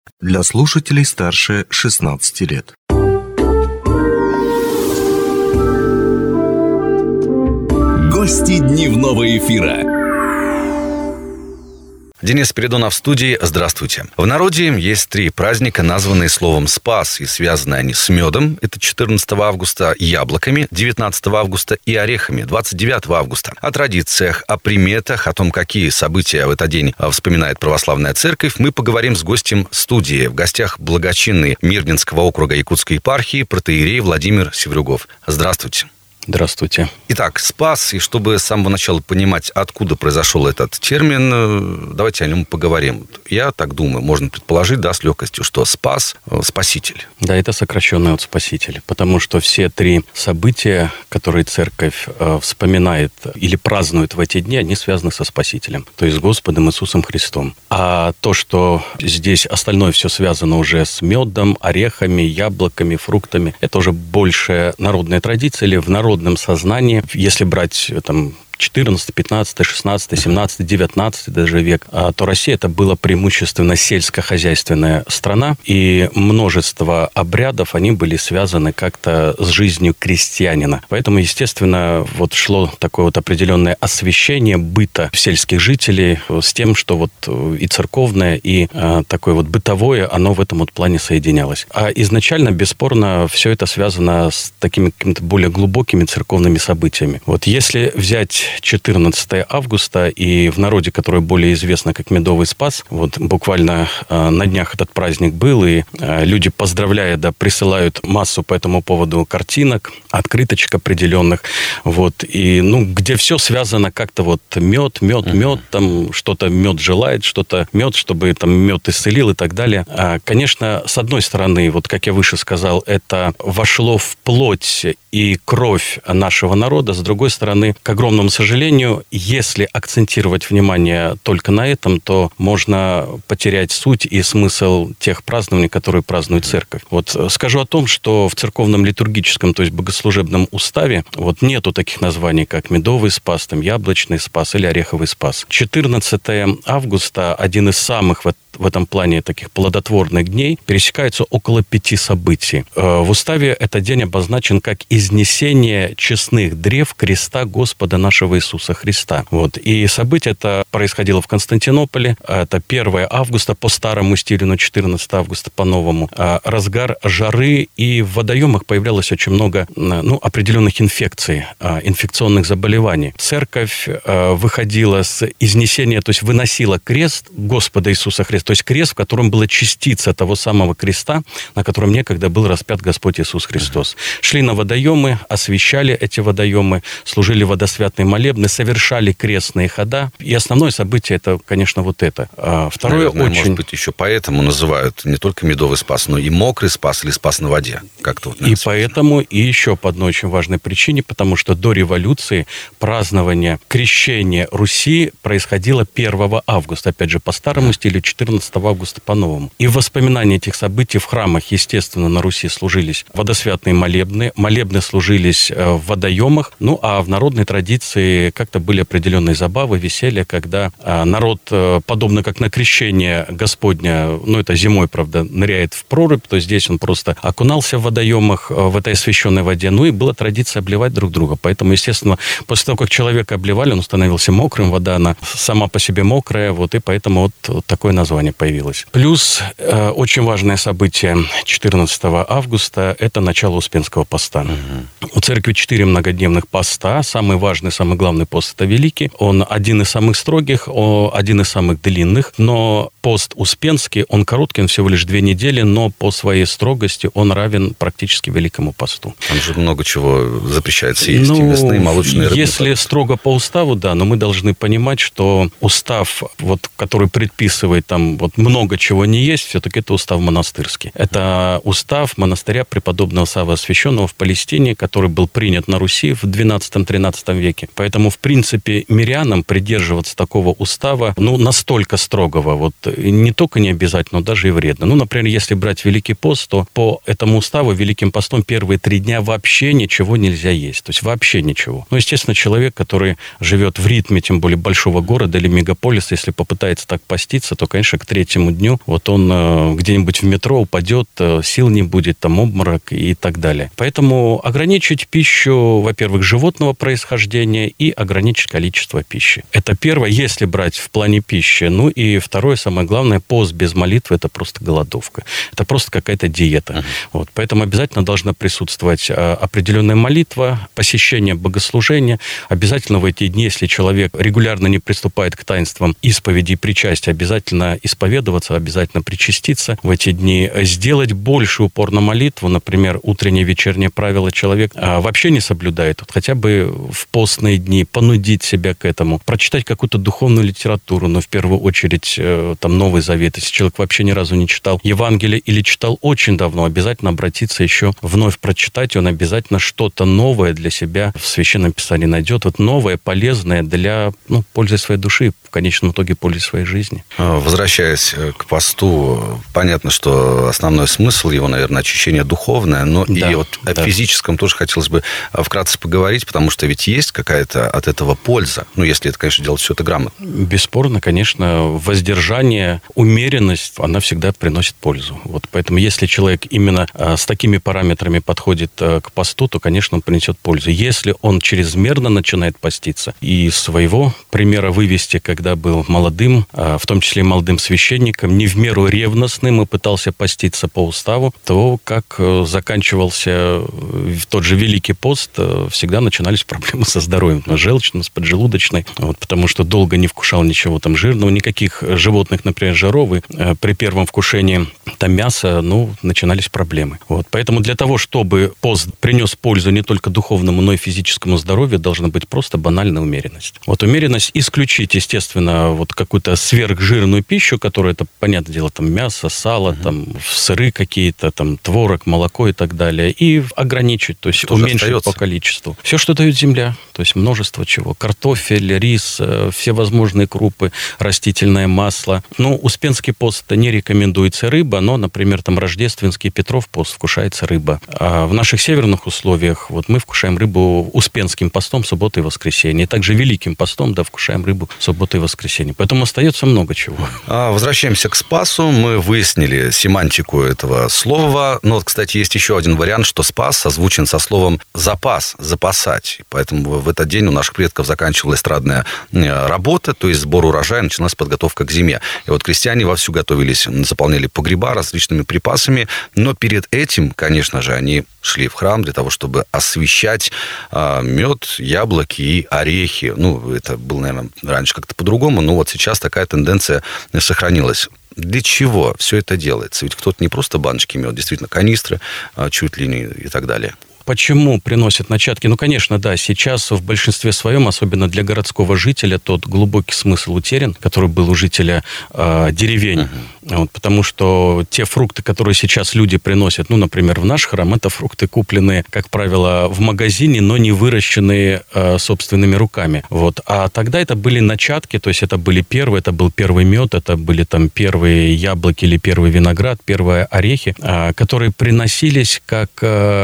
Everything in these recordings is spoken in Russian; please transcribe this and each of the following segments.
Для слушателей старше 16 лет. Гости дневного эфира. Денис Спиридонов в студии. Здравствуйте. В народе есть 3 праздника, названные словом «Спас», и связаны они с медом, это 14 августа, яблоками 19 августа и орехами 29 августа. О традициях, о приметах, о том, какие события в этот день вспоминает православная церковь, мы поговорим с гостем студии. В гостях благочинный Мирнинского округа Якутской епархии протоиерей Владимир Севрюгов. Здравствуйте. Здравствуйте. Итак, «Спас», и чтобы с самого начала понимать, откуда произошел этот термин, давайте о нем поговорим. Я так думаю, можно предположить, с легкостью, что «спас» – спаситель. Да, это сокращенное от «спаситель», потому что все 3 события, которые церковь вспоминает или празднует в эти дни, они связаны со Спасителем, то есть с Господом Иисусом Христом. А то, что здесь остальное все связано уже с медом, орехами, яблоками, фруктами, это уже больше народная традиция или в народном сознании, если брать там 14, 15, 16, 17, 19 даже век, то Россия это была преимущественно сельскохозяйственная страна, и множество обрядов, они были связаны как-то с жизнью крестьянина. Поэтому, естественно, шло такое определенное освящение быта сельских жителей с тем, что и церковное, и такое бытовое, оно в этом плане соединялось. А изначально, бесспорно, все это связано с такими какими-то более глубокими церковными событиями. Если взять 14 августа, и в народе, которое более известно как Медовый Спас, буквально на днях этот праздник был, и люди, поздравляя, присылают массу по этому поводу картинок, открыточек определенных, и, где все связано как-то мед, там что-то мед желает, что-то мед, чтобы там мед исцелил и так далее. Конечно, с одной стороны, как я выше сказал, это вошло в плоть и кровь нашего народа, с другой стороны, к огромному сожалению, если акцентировать внимание только на этом, то можно потерять суть и смысл тех празднований, которые празднует церковь. Скажу о том, что в церковном литургическом, то есть богослужебном уставе, нету таких названий, как Медовый Спас, Яблочный Спас или Ореховый Спас. 14 августа, один из самых в этом плане таких плодотворных дней, пересекаются около 5 событий. В уставе этот день обозначен как изнесение честных древ креста Господа нашего Иисуса Христа. И событие это происходило в Константинополе. Это 1 августа по старому стилю, но 14 августа по новому. Разгар жары, и в водоемах появлялось очень много определенных инфекций, инфекционных заболеваний. Церковь выходила с изнесения, то есть выносила крест Господа Иисуса Христа, то есть крест, в котором была частица того самого креста, на котором некогда был распят Господь Иисус Христос. Шли на водоемы, освещали эти водоемы, служили водосвятные молебны, совершали крестные хода. И основное событие это, конечно, это. Второе, наверное, может быть, еще поэтому называют не только Медовый Спас, но и Мокрый Спас или Спас на воде. Как-то и поэтому, и еще по одной очень важной причине, потому что до революции празднование крещения Руси происходило 1 августа, опять же, по старому стилю, 14 августа по новому. И в воспоминании этих событий в храмах, естественно, на Руси служились водосвятные молебны, молебны служились в водоемах, а в народной традиции как-то были определенные забавы, веселья, когда народ, подобно как на крещение Господня, это зимой, правда, ныряет в прорубь, то здесь он просто окунался в водоемах, в этой освященной воде, и была традиция обливать друг друга. Поэтому, естественно, после того, как человека обливали, он становился мокрым, вода, она сама по себе мокрая, и поэтому такое название появилось. Плюс очень важное событие 14 августа – это начало Успенского поста. У церкви 4 многодневных поста. Самый важный, самый главный пост – это Великий. Он один из самых строгих, один из самых длинных, но пост Успенский, он короткий, он всего лишь 2 недели, но по своей строгости он равен практически Великому посту. Там же много чего запрещается есть, и мясные, и молочные, рыбные. Если строго по уставу, но мы должны понимать, что устав, который предписывает много чего не есть, все-таки это устав монастырский. Это устав монастыря преподобного Саввы Освященного в Палестине, который был принят на Руси в XII-XIII веке. Поэтому, в принципе, мирянам придерживаться такого устава, настолько строгого, не только не обязательно, но даже и вредно. Ну, например, если брать Великий пост, то по этому уставу Великим постом первые 3 дня вообще ничего нельзя есть. То есть вообще ничего. Ну, естественно, человек, который живет в ритме, тем более большого города или мегаполиса, если попытается так поститься, то, конечно, к 3-му дню вот он где-нибудь в метро упадет, сил не будет, там обморок и так далее. Поэтому ограничить пищу, во-первых, животного происхождения и ограничить количество пищи. Это первое, если брать в плане пищи. Ну и второе, самое главное, пост без молитвы – это просто голодовка. Это просто какая-то диета. Вот. Поэтому обязательно должна присутствовать определенная молитва, посещение богослужения. Обязательно в эти дни, если человек регулярно не приступает к таинствам исповеди и причастия, обязательно исповедоваться, обязательно причаститься в эти дни. Сделать больше упор на молитву, например, утреннее, вечернее правило человек вообще не соблюдает. Вот хотя бы в постные дни понудить себя к этому, прочитать какую-то духовную литературу, но в первую очередь там Новый Завет. Если человек вообще ни разу не читал Евангелие или читал очень давно, обязательно обратиться еще вновь прочитать, и он обязательно что-то новое для себя в Священном Писании найдет. Вот новое, полезное для пользы своей души, в конечном итоге пользы своей жизни. Возвращаясь к посту, понятно, что основной смысл его, наверное, очищение духовное, но и вот о физическом тоже хотелось бы вкратце поговорить, потому что ведь есть какая-то от этого польза, если это, конечно, делать все это грамотно. Бесспорно, конечно, воздержание, умеренность, она всегда приносит пользу. Вот поэтому, если человек именно с такими параметрами подходит к посту, то, конечно, он принесет пользу. Если он чрезмерно начинает поститься, и своего примера вывести, когда был молодым, в том числе и молодым священником, не в меру ревностным и пытался поститься по уставу, то, как заканчивался тот же Великий пост, всегда начинались проблемы со здоровьем. Желчной, с поджелудочной, потому что долго не вкушал ничего там жирного, никаких животных, например, жиров, и при первом вкушении там мяса, начинались проблемы. Поэтому для того, чтобы пост принес пользу не только духовному, но и физическому здоровью, должна быть просто банальная умеренность. Умеренность исключить, естественно, какую-то сверхжирную пищу, которая, это, понятное дело, там мясо, сало, там сыры какие-то, там творог, молоко и так далее, и ограничить, то есть уменьшить по количеству. Все, что дает земля, то есть множество чего. Картофель, рис, все возможные крупы, растительное масло. Успенский пост не рекомендуется рыба, но, например, там рождественский Петров пост вкушается рыба. А в наших северных условиях мы вкушаем рыбу успенским постом субботы и воскресенье. И также великим постом, вкушаем рыбу субботы и воскресенье. Поэтому остается много чего. Возвращаемся к Спасу. Мы выяснили семантику этого слова. Но, кстати, есть еще один вариант, что Спас созвучен со словом запас, запасать. Поэтому в этот день у наших предков заканчивалась эстрадная работа, то есть сбор урожая, начиналась подготовка к зиме. И крестьяне вовсю готовились, заполняли погреба различными припасами, но перед этим, конечно же, они шли в храм для того, чтобы освящать мед, яблоки и орехи. Это было, наверное, раньше как-то по-другому, но сейчас такая тенденция сохранилась. Для чего все это делается? Ведь кто-то не просто баночки меда, действительно канистры, чуть ли не и так далее. Почему приносят начатки? Конечно, да, сейчас в большинстве своем, особенно для городского жителя, тот глубокий смысл утерян, который был у жителя деревень. Потому что те фрукты, которые сейчас люди приносят, например, в наш храм, это фрукты, купленные, как правило, в магазине, но не выращенные собственными руками. А тогда это были начатки, то есть это был первый мед, это были там первые яблоки или первый виноград, первые орехи, которые приносились как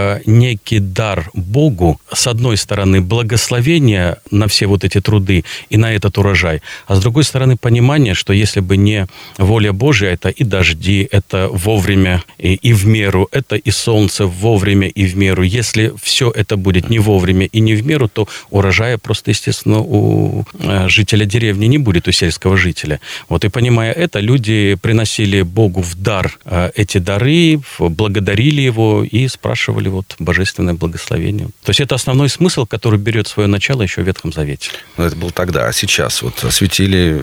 некий дар Богу, с одной стороны, благословение на все эти труды и на этот урожай, а с другой стороны, понимание, что если бы не воля Божья, это и дожди, это вовремя и в меру, это и солнце вовремя и в меру. Если все это будет не вовремя и не в меру, то урожая просто, естественно, у жителя деревни не будет, у сельского жителя. И понимая это, люди приносили Богу в дар эти дары, благодарили Его и спрашивали божественное благословение. То есть это основной смысл, который берет свое начало еще в Ветхом Завете. Это было тогда, а сейчас осветили...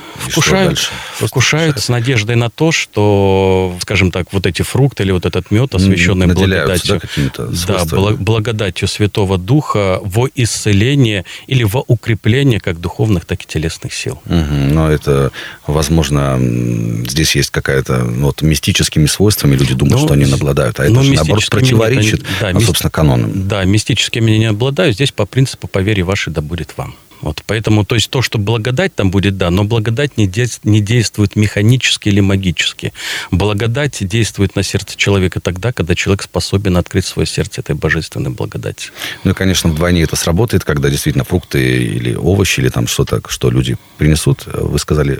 Вкушают с надеждой на то, что, скажем так, эти фрукты или этот мед, освященный благодатью, благодатью Святого Духа во исцеление или во укрепление как духовных, так и телесных сил. Но это, возможно, здесь есть какая-то мистическими свойствами, люди думают, что они не обладают, а это же, наоборот, противоречит, собственно, канонам. Да, мистическими не обладают, здесь по принципу «по вере вашей да будет вам». Вот поэтому, то есть то, что благодать там будет, да, но благодать не действует механически или магически. Благодать действует на сердце человека тогда, когда человек способен открыть свое сердце этой божественной благодати. Ну и, конечно, вдвойне это сработает, когда действительно фрукты или овощи, или там что-то, что люди принесут. Вы сказали,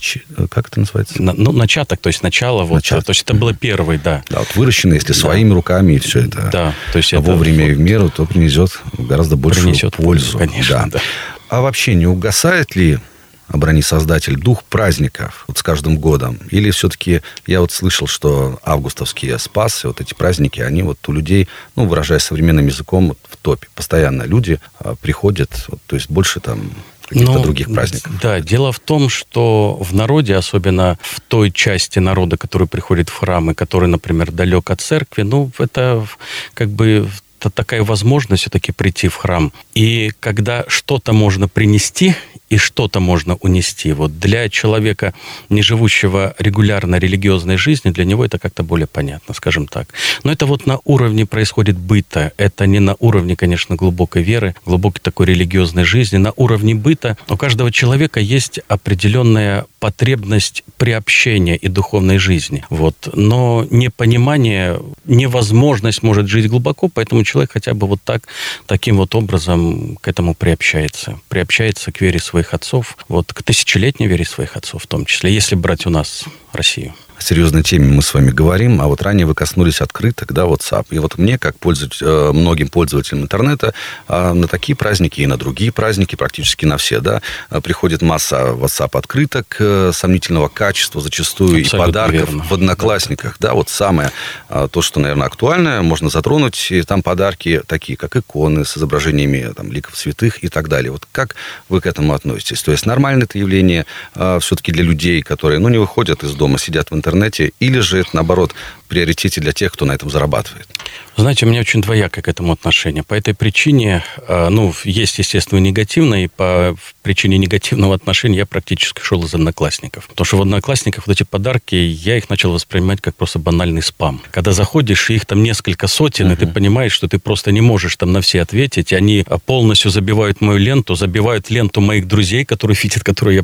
как это называется? Начаток, то есть начало. Вот, то есть это было первый, да. Да, вот выращено, если своими руками, и все это, да, то есть вовремя и в меру, то принесет гораздо большую пользу. Конечно, да. А вообще не угасает ли, обрани Создатель, дух праздников вот с каждым годом? Или все-таки я вот слышал, что августовские спасы, вот эти праздники, они вот у людей, ну, выражаясь современным языком, вот в топе. Постоянно люди приходят, вот, то есть больше там каких-то других праздников. Да, дело в том, что в народе, особенно в той части народа, который приходит в храмы, который, например, далек от церкви, ну, это как бы... Это такая возможность все-таки прийти в храм. И когда что-то можно принести и что-то можно унести, вот для человека, не живущего регулярно религиозной жизнью, для него это как-то более понятно, скажем так. Но это вот на уровне происходит быта. Это не на уровне, конечно, глубокой веры, глубокой такой религиозной жизни. На уровне быта у каждого человека есть определенная потребность приобщения и духовной жизни. Вот. Но непонимание, невозможность может жить глубоко, поэтому человек хотя бы вот таким вот образом к этому приобщается к вере своих отцов, вот к тысячелетней вере своих отцов в том числе, если брать у нас Россию. О серьезной теме мы с вами говорим, а вот ранее вы коснулись открыток, да, WhatsApp. И вот мне, как многим пользователям интернета, на такие праздники и на другие праздники, практически на все, да, приходит масса WhatsApp-открыток сомнительного качества, зачастую абсолютно и подарков верно. В Одноклассниках. Да, вот самое то, что, наверное, актуальное, можно затронуть, и там подарки такие, как иконы с изображениями там, ликов святых и так далее. Вот как вы к этому относитесь? То есть нормально это явление все-таки для людей, которые, не выходят из дома, сидят в интернете, или же это, наоборот, в приоритете для тех, кто на этом зарабатывает? Знаете, у меня очень двоякое к этому отношение. По этой причине, есть, естественно, негативное, и по причине негативного отношения я практически шел из Одноклассников. Потому что в Одноклассниках вот эти подарки, я их начал воспринимать как просто банальный спам. Когда заходишь, и их там несколько сотен, и ты понимаешь, что ты просто не можешь там на все ответить, они полностью забивают мою ленту, забивают ленту моих друзей, которые видят, какой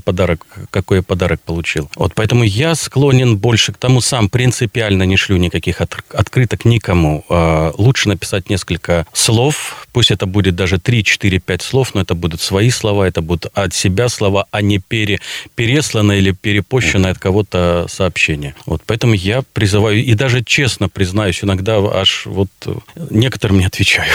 я подарок получил. Вот поэтому я склонен больше к тому, сам принципиально не шлю никаких открыток никому. Лучше написать несколько слов, пусть это будет даже 3, 4, 5 слов, но это будут свои слова, это будут от себя слова, а не пересланное или перепощенное от кого-то сообщение. Вот поэтому я призываю, и даже честно признаюсь, иногда аж вот некоторым не отвечаю.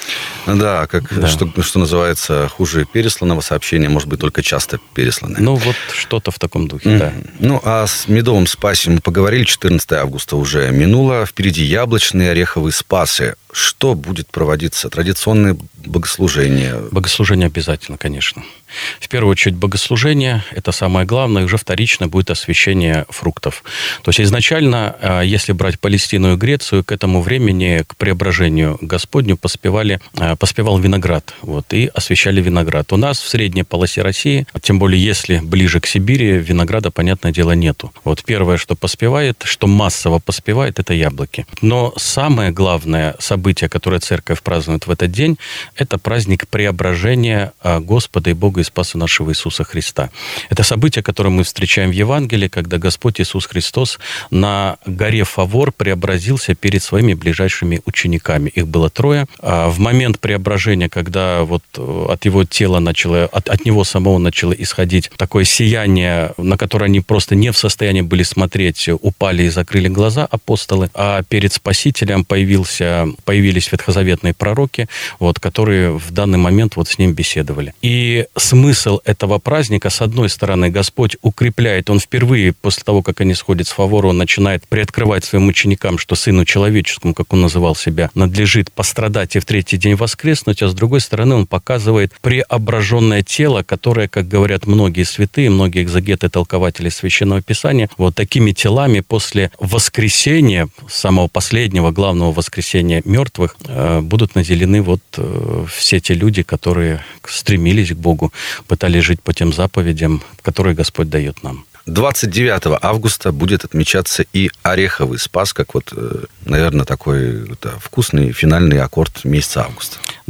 Да, что называется, хуже пересланного сообщения, может быть, только часто пересланное. Вот что-то в таком духе, да. А с медовым спасе мы поговорили, 14 августа уже минуло, впереди яблочные, ореховые спасы. Что будет проводиться? Традиционные богослужения? Богослужение обязательно, конечно. В первую очередь богослужение, это самое главное, и уже вторично будет освящение фруктов. То есть изначально, если брать Палестину и Грецию, к этому времени, к преображению Господню поспевал виноград, и освящали виноград. У нас в средней полосе России, тем более если ближе к Сибири, винограда, понятное дело, нету. Первое, что поспевает, что массово поспевает, это яблоки. Но самое главное событие, которое церковь празднует в этот день, это праздник преображения Господа и Бога и Спаса нашего Иисуса Христа. Это событие, которое мы встречаем в Евангелии, когда Господь Иисус Христос на горе Фавор преобразился перед своими ближайшими учениками. Их было 3. В момент преображения, когда от его тела от него самого начало исходить такое сияние, на которое они просто не в состоянии были смотреть, упали и закрыли глаза апостолы, а перед Спасителем появились ветхозаветные пророки, которые в данный момент с ним беседовали. И смысл этого праздника, с одной стороны, Господь укрепляет, Он впервые после того, как они сходят с Фавора, Он начинает приоткрывать своим ученикам, что Сыну Человеческому, как Он называл себя, надлежит пострадать и в 3-й день воскреснуть, а с другой стороны, Он показывает преображенное тело, которое, как говорят многие святые, многие экзегеты, толкователи Священного Писания, такими телами после воскресения, самого последнего, главного воскресения мертвых, будут наделены все те люди, которые стремились к Богу, пытались жить по тем заповедям, которые Господь дает нам. 29 августа будет отмечаться и ореховый спас, как наверное, такой вкусный финальный аккорд месяца августа.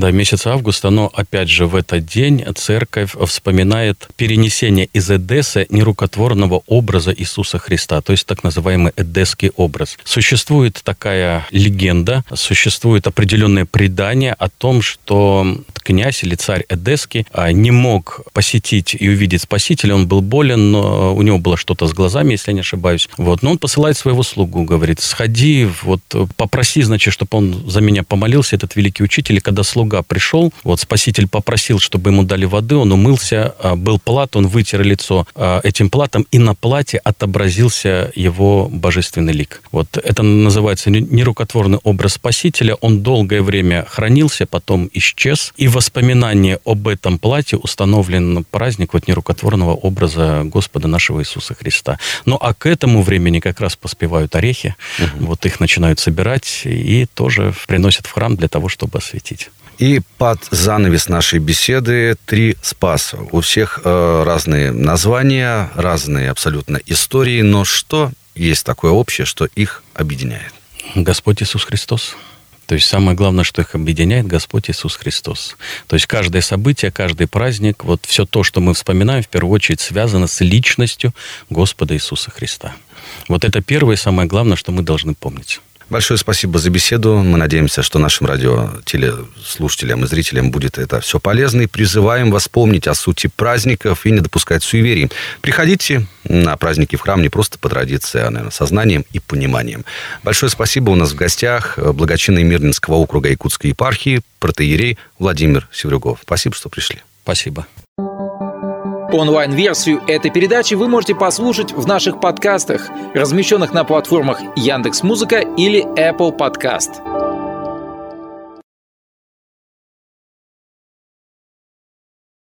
Да, месяц августа, но опять же в этот день церковь вспоминает перенесение из Эдессы нерукотворного образа Иисуса Христа, то есть так называемый эдесский образ. Существует такая легенда, существует определенное предание о том, что князь или царь Эдесский не мог посетить и увидеть Спасителя, он был болен, но у него было что-то с глазами, если я не ошибаюсь. Вот. Но он посылает своего слугу, говорит, сходи, вот, попроси, значит, чтобы он за меня помолился, этот великий учитель. И когда слуга пришел, вот Спаситель попросил, чтобы ему дали воды, он умылся, был плат, он вытер лицо этим платом, и на плате отобразился его божественный лик. Вот это называется нерукотворный образ Спасителя. Он долгое время хранился, потом исчез. И в воспоминании об этом плате установлен праздник вот нерукотворного образа Господа нашего Иисуса Христа. Ну, а к этому времени как раз поспевают орехи. Вот их начинают собирать и тоже приносят в храм для того, чтобы осветить. И под занавес нашей беседы 3 Спаса. У всех разные названия, разные абсолютно истории, но что есть такое общее, что их объединяет? Господь Иисус Христос. То есть самое главное, что их объединяет, Господь Иисус Христос. То есть каждое событие, каждый праздник, вот все то, что мы вспоминаем, в первую очередь связано с личностью Господа Иисуса Христа. Вот это первое и самое главное, что мы должны помнить. Большое спасибо за беседу. Мы надеемся, что нашим радиотелеслушателям и зрителям будет это все полезно. И призываем вас помнить о сути праздников и не допускать суеверий. Приходите на праздники в храм не просто по традиции, а, наверное, со знанием и пониманием. Большое спасибо. У нас в гостях благочинный Мирнинского округа Якутской епархии протоиерей Владимир Севрюгов. Спасибо, что пришли. Спасибо. Онлайн-версию этой передачи вы можете послушать в наших подкастах, размещенных на платформах Яндекс.Музыка или Apple Podcast.